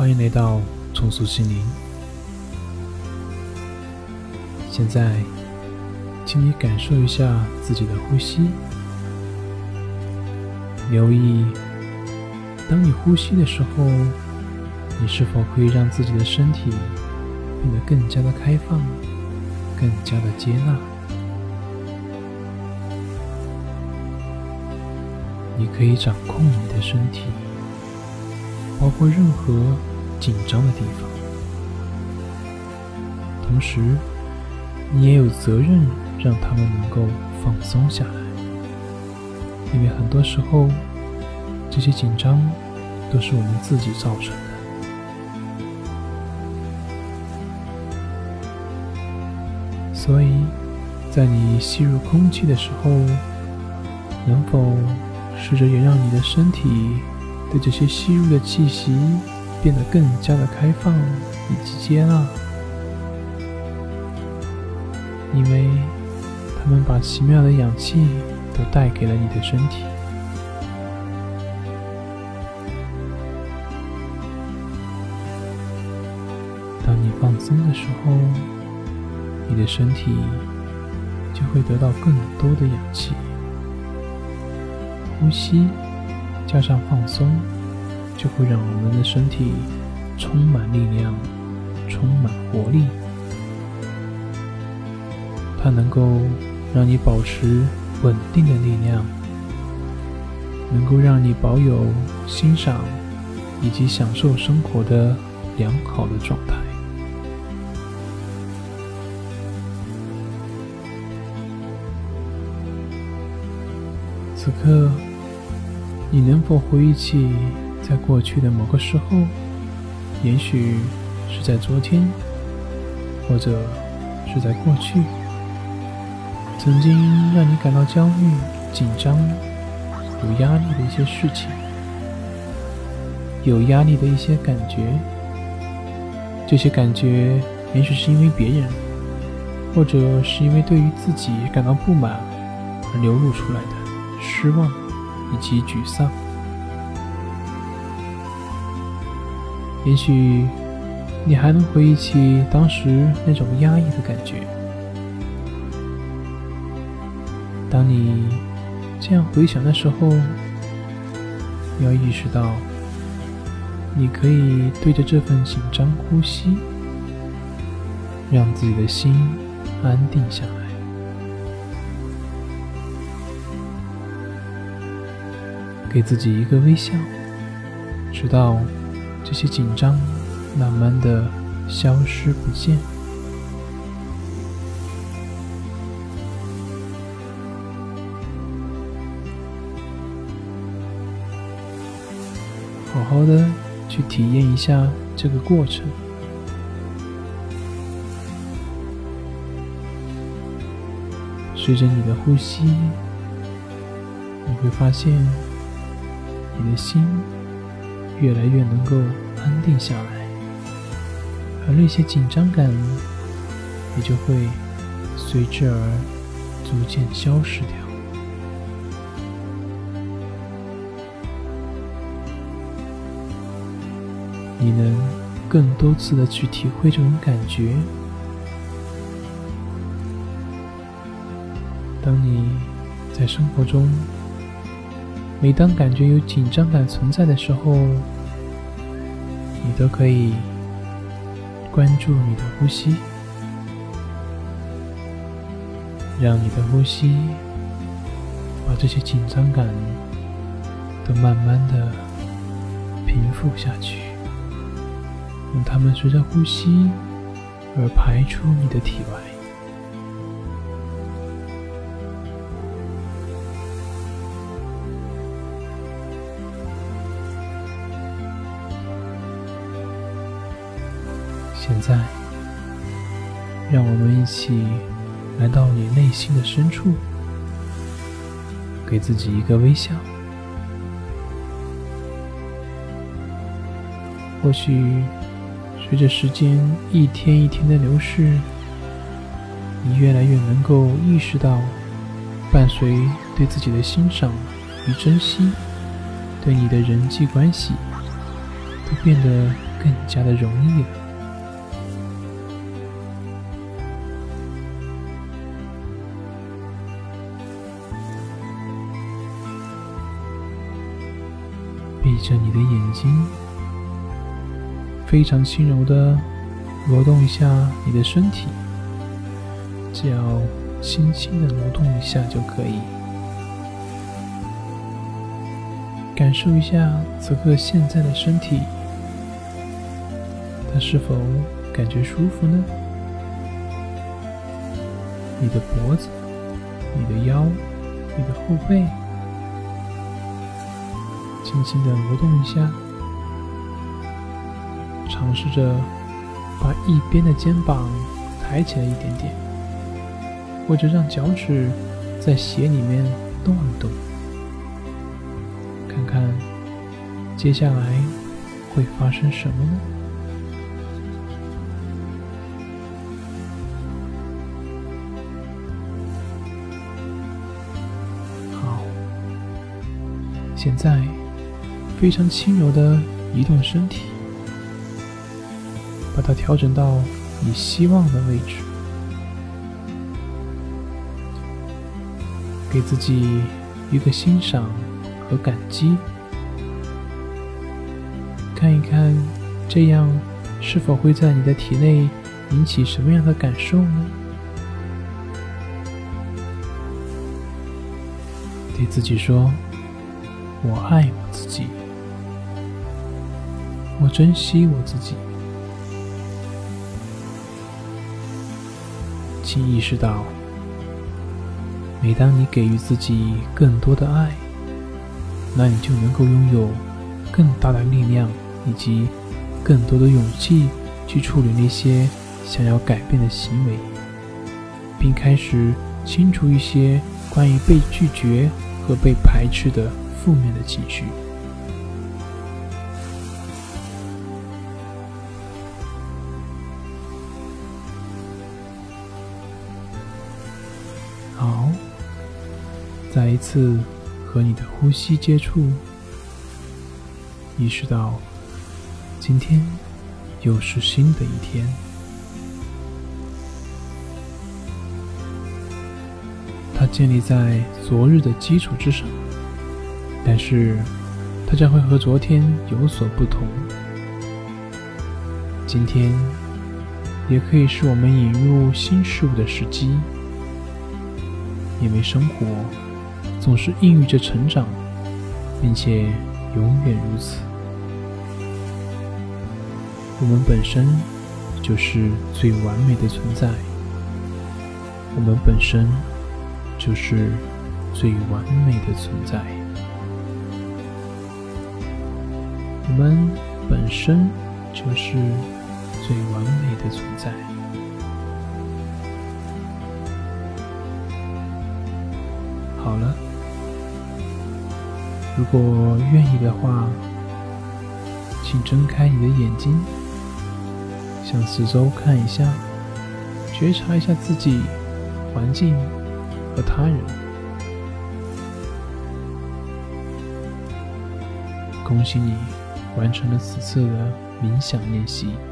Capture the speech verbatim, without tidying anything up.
欢迎来到重塑心灵。现在，请你感受一下自己的呼吸，留意，当你呼吸的时候，你是否可以让自己的身体变得更加的开放，更加的接纳。你可以掌控你的身体，包括任何紧张的地方。同时，你也有责任让他们能够放松下来，因为很多时候，这些紧张都是我们自己造成的。所以，在你吸入空气的时候，能否试着也让你的身体对这些吸入的气息变得更加的开放以及接纳，因为它们把奇妙的氧气都带给了你的身体。当你放松的时候，你的身体就会得到更多的氧气。呼吸加上放松，就会让我们的身体充满力量，充满活力。它能够让你保持稳定的力量，能够让你保有欣赏以及享受生活的良好的状态。此刻，你能否回忆起在过去的某个时候，也许是在昨天，或者是在过去，曾经让你感到焦虑、紧张、有压力的一些事情，有压力的一些感觉。这些感觉也许是因为别人，或者是因为对于自己感到不满而流露出来的失望以及沮丧。也许你还能回忆起当时那种压抑的感觉。当你这样回想的时候，要意识到你可以对着这份紧张呼吸，让自己的心安定下来。给自己一个微笑，直到这些紧张慢慢的消失不见。好好的去体验一下这个过程。随着你的呼吸，你会发现你的心越来越能够安定下来，而那些紧张感也就会随之而逐渐消失掉。你能更多次的去体会这种感觉。当你在生活中每当感觉有紧张感存在的时候，你都可以关注你的呼吸，让你的呼吸把这些紧张感都慢慢的平复下去，让它们随着呼吸而排出你的体外。现在，让我们一起来到你内心的深处，给自己一个微笑。或许，随着时间一天一天的流逝，你越来越能够意识到，伴随对自己的欣赏与珍惜，对你的人际关系都变得更加的容易了。闭着你的眼睛，非常轻柔的挪动一下你的身体，只要轻轻的挪动一下就可以。感受一下此刻现在的身体，它是否感觉舒服呢？你的脖子、你的腰、你的后背，轻轻的挪动一下，尝试着把一边的肩膀抬起来一点点，或者让脚趾在鞋里面动一动，看看接下来会发生什么呢？好，现在非常轻柔的移动身体，把它调整到你希望的位置，给自己一个欣赏和感激，看一看这样是否会在你的体内引起什么样的感受呢？对自己说，我爱我自己，我珍惜我自己。请意识到，每当你给予自己更多的爱，那你就能够拥有更大的力量以及更多的勇气去处理那些想要改变的行为，并开始清除一些关于被拒绝和被排斥的负面的情绪。好，再一次和你的呼吸接触，意识到今天又是新的一天。它建立在昨日的基础之上，但是它将会和昨天有所不同。今天也可以是我们引入新事物的时机，因为生活总是孕育着成长，并且永远如此。我们本身就是最完美的存在，我们本身就是最完美的存在，我们本身就是最完美的存在。好了，如果愿意的话，请睁开你的眼睛，向四周看一下，觉察一下自己、环境和他人。恭喜你完成了此次的冥想练习。